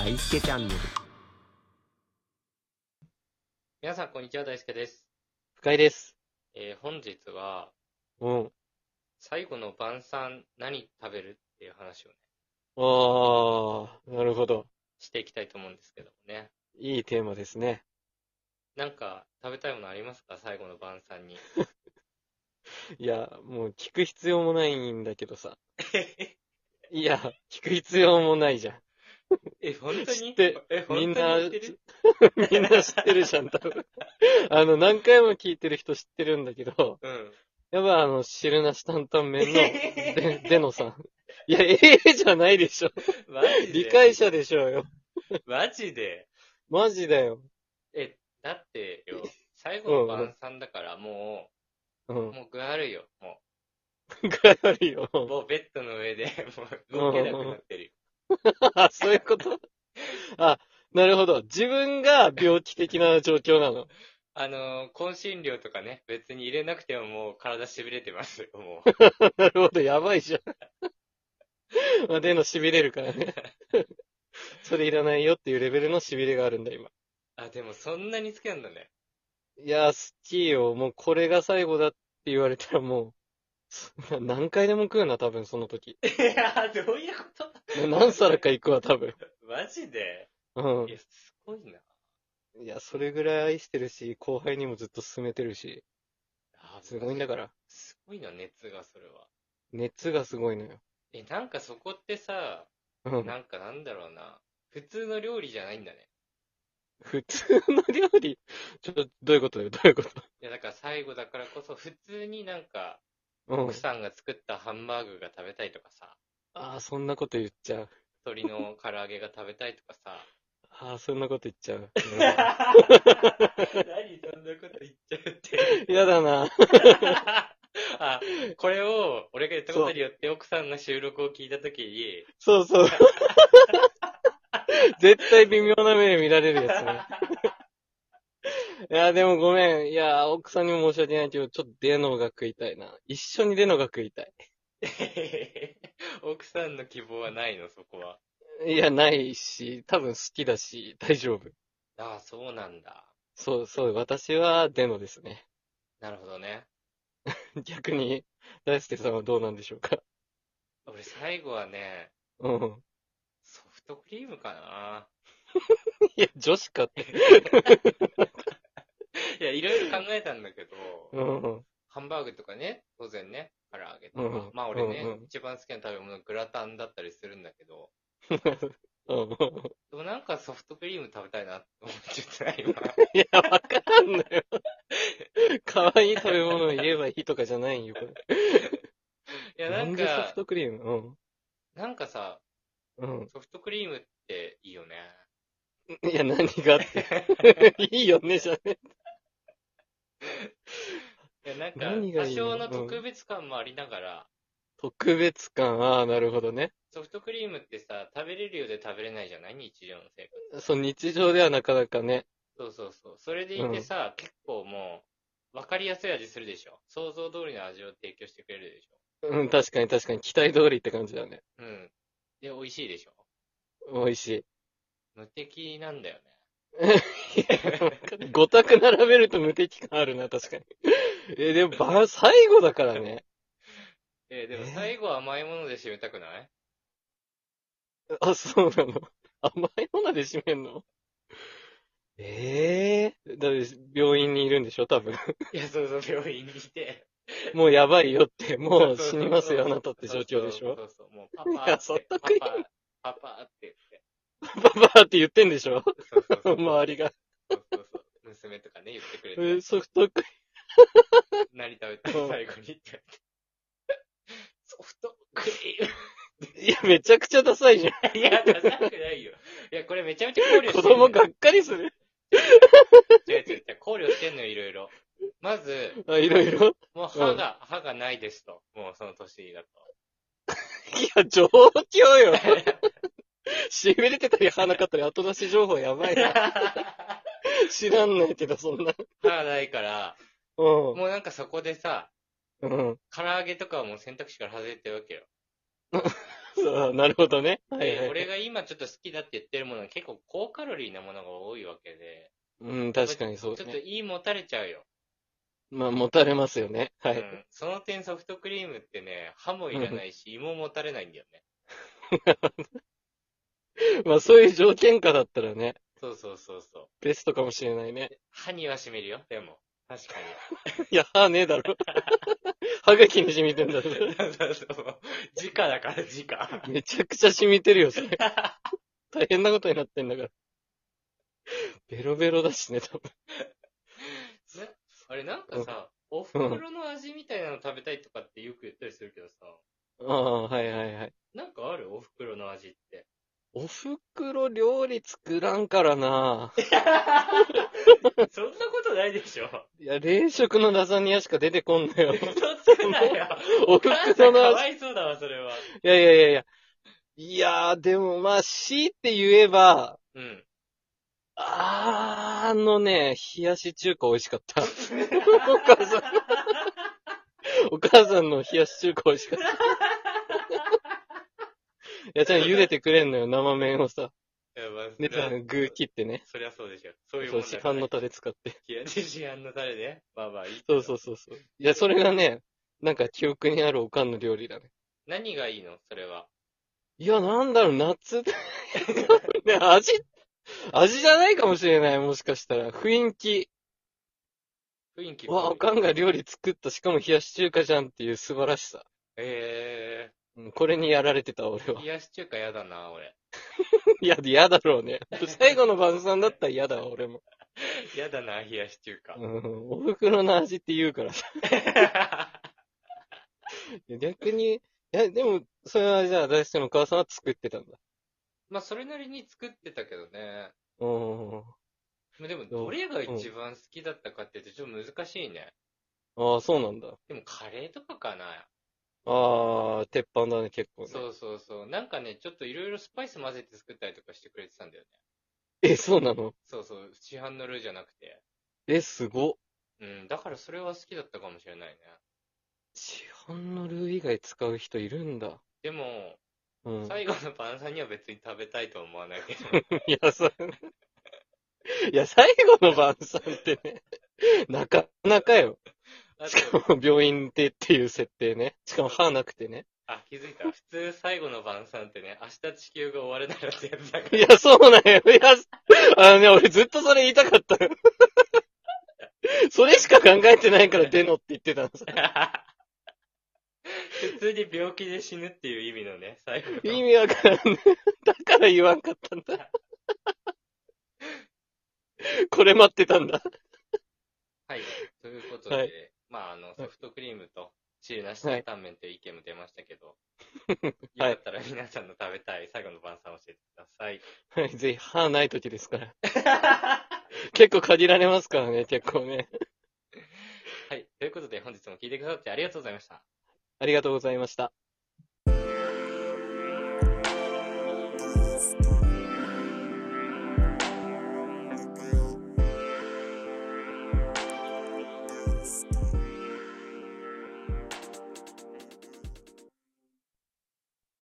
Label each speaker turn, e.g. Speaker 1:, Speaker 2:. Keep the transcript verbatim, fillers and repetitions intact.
Speaker 1: 大輔チャンネル。
Speaker 2: 皆さん、こんにちは。大輔です。
Speaker 3: 深井です。
Speaker 2: えー、本日は、
Speaker 3: うん。
Speaker 2: 最後の晩餐何食べるっていう話をね、
Speaker 3: ああ、なるほど。
Speaker 2: していきたいと思うんですけどもね。
Speaker 3: いいテーマですね。
Speaker 2: なんか、食べたいものありますか？最後の晩餐に。
Speaker 3: いや、もう聞く必要もないんだけどさ。いや、聞く必要もないじゃん。
Speaker 2: え、本当に
Speaker 3: 知って、
Speaker 2: え、
Speaker 3: みん
Speaker 2: 本当に
Speaker 3: な、
Speaker 2: 言ってる
Speaker 3: みんな知ってるじゃん、多分。あの、何回も聞いてる人知ってるんだけど、
Speaker 2: うん。
Speaker 3: やっぱあの、汁なし担々麺の、で、でのさん。いや、ええじゃないでしょ。
Speaker 2: マジで
Speaker 3: 理解者でしょうよ。
Speaker 2: マジで
Speaker 3: マジだよ。
Speaker 2: え、だってよ、最後の
Speaker 3: うん、
Speaker 2: 晩餐だからも
Speaker 3: う
Speaker 2: う、
Speaker 3: ん。
Speaker 2: もう具あるよ。も
Speaker 3: があるよ。
Speaker 2: う、もうベッドの上で、もう動けなくなってるよ。
Speaker 3: あ、そういうことあ、なるほど。自分が病気的な状況なの。
Speaker 2: あのー、香辛料とかね、別に入れなくてももう体痺れてますよ、も
Speaker 3: なるほど、やばいじゃん。まあ、での痺れるからね。それいらないよっていうレベルの痺れがあるんだ、今。
Speaker 2: あ、でもそんなに好きなんだね。
Speaker 3: いや、好きよ。もうこれが最後だって言われたらもう、何回でも食うな、多分その時。
Speaker 2: いや、どういうこと
Speaker 3: 何皿か行くわ、多分。
Speaker 2: マジで
Speaker 3: う
Speaker 2: いや、すごいな。
Speaker 3: ん。いや、それぐらい愛してるし、後輩にもずっと勧めてるし、
Speaker 2: あ、
Speaker 3: すごいんだから。
Speaker 2: すごいな、熱が、それは。
Speaker 3: 熱がすごいのよ。
Speaker 2: え、なんかそこってさ、
Speaker 3: うん。
Speaker 2: なんかなんだろうな。普通の料理じゃないんだね。
Speaker 3: 普通の料理。ちょっと、どういうことだよ、どういうこと？
Speaker 2: いや、だから最後だからこそ、普通になんか、
Speaker 3: うん。
Speaker 2: 奥さんが作ったハンバーグが食べたいとかさ、
Speaker 3: ああ、そんなこと言っちゃう。
Speaker 2: 鶏の唐揚げが食べたいとかさ。
Speaker 3: ああ、そんなこと言っちゃう。
Speaker 2: 何そんなこと言っちゃうって。
Speaker 3: やだな。
Speaker 2: あ、これを俺が言ったこ
Speaker 3: そう。
Speaker 2: とによって奥さんが収録を聞いたときに、
Speaker 3: そうそう。絶対微妙な目で見られるやつね。いや、でもごめん。いや、奥さんにも申し訳ないけど、ちょっとデノが食いたいな。一緒にデノが食いたい。
Speaker 2: 奥さんの希望はないの、そこは。
Speaker 3: いや、ないし、多分好きだし、大丈夫。
Speaker 2: ああ、そうなんだ。
Speaker 3: そう、そう、私はデノですね。
Speaker 2: なるほどね。
Speaker 3: 逆に、大輔さんはどうなんでしょうか。
Speaker 2: 俺最後はね、
Speaker 3: うん。
Speaker 2: ソフトクリームかな。
Speaker 3: いや、女子かって。
Speaker 2: いや、いろいろ考えたんだけど、
Speaker 3: うん。
Speaker 2: ハンバーグとかね、当然ね、唐揚げとか。
Speaker 3: うん。
Speaker 2: まあ俺ね、
Speaker 3: うん。
Speaker 2: 一番好きな食べ物グラタンだったりするんだけど、
Speaker 3: うん。
Speaker 2: でもなんかソフトクリーム食べたいなって思っちゃった、今。
Speaker 3: いや、わからんのよ。可愛い食べ物を言えばいいとかじゃないよ、これ。
Speaker 2: いや、
Speaker 3: な
Speaker 2: なん
Speaker 3: んでソフ
Speaker 2: か、
Speaker 3: トクリーム？
Speaker 2: なんかさ、
Speaker 3: うん。
Speaker 2: ソフトクリームっていいよね。
Speaker 3: うん。いや、何がって。いいよね、じゃね。
Speaker 2: いや、なんか、多
Speaker 3: 何がいいの？
Speaker 2: 少の特
Speaker 3: うん。
Speaker 2: 別感もありながら、
Speaker 3: 特別感、ああ、なるほどね。
Speaker 2: ソフトクリームってさ、食べれるようで食べれないじゃない？日常の生活。
Speaker 3: そう、日常ではなかなかね。
Speaker 2: そうそうそう。それで
Speaker 3: うん。
Speaker 2: いてさ、結構もう、わかりやすい味するでしょ。想像通りの味を提供してくれるでし
Speaker 3: うん、確かに確かに、期待通りって感じだね。
Speaker 2: ょ。うん。で、美味しいでしょ。
Speaker 3: 美味しい。
Speaker 2: 無敵なんだよね。
Speaker 3: いや、ご択並べると無敵感あるな、確かに。え、でも、ば、最後だからね。
Speaker 2: えーでも
Speaker 3: え
Speaker 2: 最後は甘いもので締めたくない？
Speaker 3: ーあ、そうなの。甘いもので締めんの？ええー、だって病院にいるんでしょ、多分。
Speaker 2: いや、そうそう、病院にいて。
Speaker 3: もうやばいよって、もう
Speaker 2: そうそう
Speaker 3: 死にますよ、あ
Speaker 2: そうそう。
Speaker 3: なたって状
Speaker 2: そうそう、
Speaker 3: 況でしょ。
Speaker 2: そうそう。もう、パ
Speaker 3: いや、
Speaker 2: パーって、
Speaker 3: ソフトクリー
Speaker 2: パパ、パパーって言って。
Speaker 3: ムパパって言ってんでしょ。
Speaker 2: そうそうそうそう。
Speaker 3: 周りが。
Speaker 2: そうそうそう。娘とかね、言ってくれ
Speaker 3: え
Speaker 2: て。
Speaker 3: ソフトク
Speaker 2: 何食べたい
Speaker 3: リーム。
Speaker 2: 最後にって言って。ソフトクリー
Speaker 3: いや、めちゃくちゃダサいじゃん。
Speaker 2: ム。いや、ダサくないよ。いや、これめちゃめちゃ考慮して
Speaker 3: 子
Speaker 2: んのよ。
Speaker 3: 供がっかりする。
Speaker 2: 違う違う違う、考慮してんのよ、いろいろ。まず、
Speaker 3: あ、いろいろ。
Speaker 2: もう
Speaker 3: うん。
Speaker 2: 歯が、歯がないですと。もうその年だと。
Speaker 3: いや、状況よ。痺れてたり歯なかったり後出し情報やばいな。知らんないけど、そんな。
Speaker 2: 歯がないから、
Speaker 3: う
Speaker 2: もうなんかそこでさ、
Speaker 3: ん。うん。
Speaker 2: 唐揚げとかはもう選択肢から外れてるわけよ。
Speaker 3: そう、なるほどね。はい
Speaker 2: で、
Speaker 3: はい。
Speaker 2: 俺が今ちょっと好きだって言ってるものは結構高カロリーなものが多いわけで、
Speaker 3: うん、確かにそう
Speaker 2: ちょっと
Speaker 3: ね。
Speaker 2: いいもたれちゃうよ。
Speaker 3: まあ、持たれますよね。はい。
Speaker 2: うん。その点ソフトクリームってね、歯もいらないし、胃ももたれないんだよね。
Speaker 3: まあ、そういう条件下だったらね、
Speaker 2: そうそうそうそう。
Speaker 3: ベストかもしれないね。
Speaker 2: 歯には染みるよ、でも。確か
Speaker 3: いや、歯ねえだろ。歯茎に染みてんだろ。
Speaker 2: に。そうそうそう。直だから直。
Speaker 3: めちゃくちゃ染みてるよ、それ。大変なことになってんだから。ベロベロだしね、多分。
Speaker 2: なあれなんかさ、お袋の味みたいなの食べたいとかってよく言ったりするけどさ、
Speaker 3: ああ、はいはいはい。
Speaker 2: なんかあるお袋の味って。
Speaker 3: お袋料理作らんからな。
Speaker 2: そんなことないでしょ。
Speaker 3: いや、冷食のラザニアしか出てこんのよ。
Speaker 2: 嘘つくなよ。
Speaker 3: お
Speaker 2: お母さ
Speaker 3: 袋の味。
Speaker 2: んかわいそうだわ、それは。
Speaker 3: いやいやいやいや。いやー、でもまあ、強いて言えば、
Speaker 2: うん。
Speaker 3: あー、あのね、冷やし中華美味しかった。お母さん、お母さんの冷やし中華美味しかった。いや、ちゃんと茹でてくれんのよ、生麺をさ。
Speaker 2: いや、まあ、
Speaker 3: で、
Speaker 2: それは
Speaker 3: ちゃんと具切ってね。
Speaker 2: そりゃそうでしょ。そういう
Speaker 3: そう、
Speaker 2: もんだから。
Speaker 3: 市販のタレ使って。
Speaker 2: いや、市販のタレね。まあまあいいけ
Speaker 3: そ
Speaker 2: ど。
Speaker 3: うそうそうそう。いや、それがね、なんか記憶にあるおかんの料理だね。
Speaker 2: 何がいいのそれは。
Speaker 3: いや、なんだろう、夏、ね、味、味じゃないかもしれない、もしかしたら。雰囲気。
Speaker 2: 雰囲気
Speaker 3: わ、おかんが料理作った、しかも冷やし中華じゃんっていう素晴らしさ。
Speaker 2: え
Speaker 3: うん、これにやられてた、俺
Speaker 2: ー、
Speaker 3: は。
Speaker 2: 冷やし中華やだな、俺。
Speaker 3: いや、嫌だろうね。最後の晩餐だったら嫌だわ、俺も。
Speaker 2: やだな、冷やし中華。
Speaker 3: うん、お袋の味って言うからさ。逆に、いや、でも、それはじゃあ、大輔のお母さんは作ってたんだ。
Speaker 2: まあ、それなりに作ってたけどね。
Speaker 3: うん。
Speaker 2: まあでも、どれが一番好きだったかって言うとちょっと難しいね。
Speaker 3: ああ、そうなんだ。
Speaker 2: でも、カレーとかかな。
Speaker 3: ああ、鉄板だね、結構ね。
Speaker 2: そうそうそう。なんかね、ちょっといろいろスパイス混ぜて作ったりとかしてくれてたんだよね。
Speaker 3: え、そうなの？
Speaker 2: そうそう。市販のルーじゃなくて。
Speaker 3: え、すご。
Speaker 2: うん。だからそれは好きだったかもしれないね。
Speaker 3: 市販のルー以外使う人いるんだ。
Speaker 2: でも、
Speaker 3: うん。
Speaker 2: 最後の晩餐には別に食べたいとは思わないけど。
Speaker 3: いや、そいや、最後の晩餐ってね、なかなかよ。
Speaker 2: あ
Speaker 3: しか
Speaker 2: と、
Speaker 3: も病院でっていう設定ね。しかも歯なくてね。
Speaker 2: あ、気づいた。普通最後の晩餐ってね、明日地球が終わるならってやつだか
Speaker 3: いや、そうなんよ。いや、あのね、俺ずっとそれ言いたかったよ。それしか考えてないから出のって言ってたのさ。
Speaker 2: ら。普通に病気で死ぬっていう意味のね、最後の。
Speaker 3: 意味わからんね。だから言わんかったんだ。これ待ってたんだ。
Speaker 2: はい。ということで、
Speaker 3: はい
Speaker 2: まあ、あの、ソフトクリームと汁なし
Speaker 3: はい
Speaker 2: 担々麺という意見も出ましたけど、
Speaker 3: はい
Speaker 2: よかったら皆さんの食べたい最後の晩餐を教えてください。
Speaker 3: はい、ぜひ歯ない時ですから。結構限られますからね、結構ね。
Speaker 2: はい。ということで、本日も聞いてくださってありがとうございました。
Speaker 3: ありがとうございました。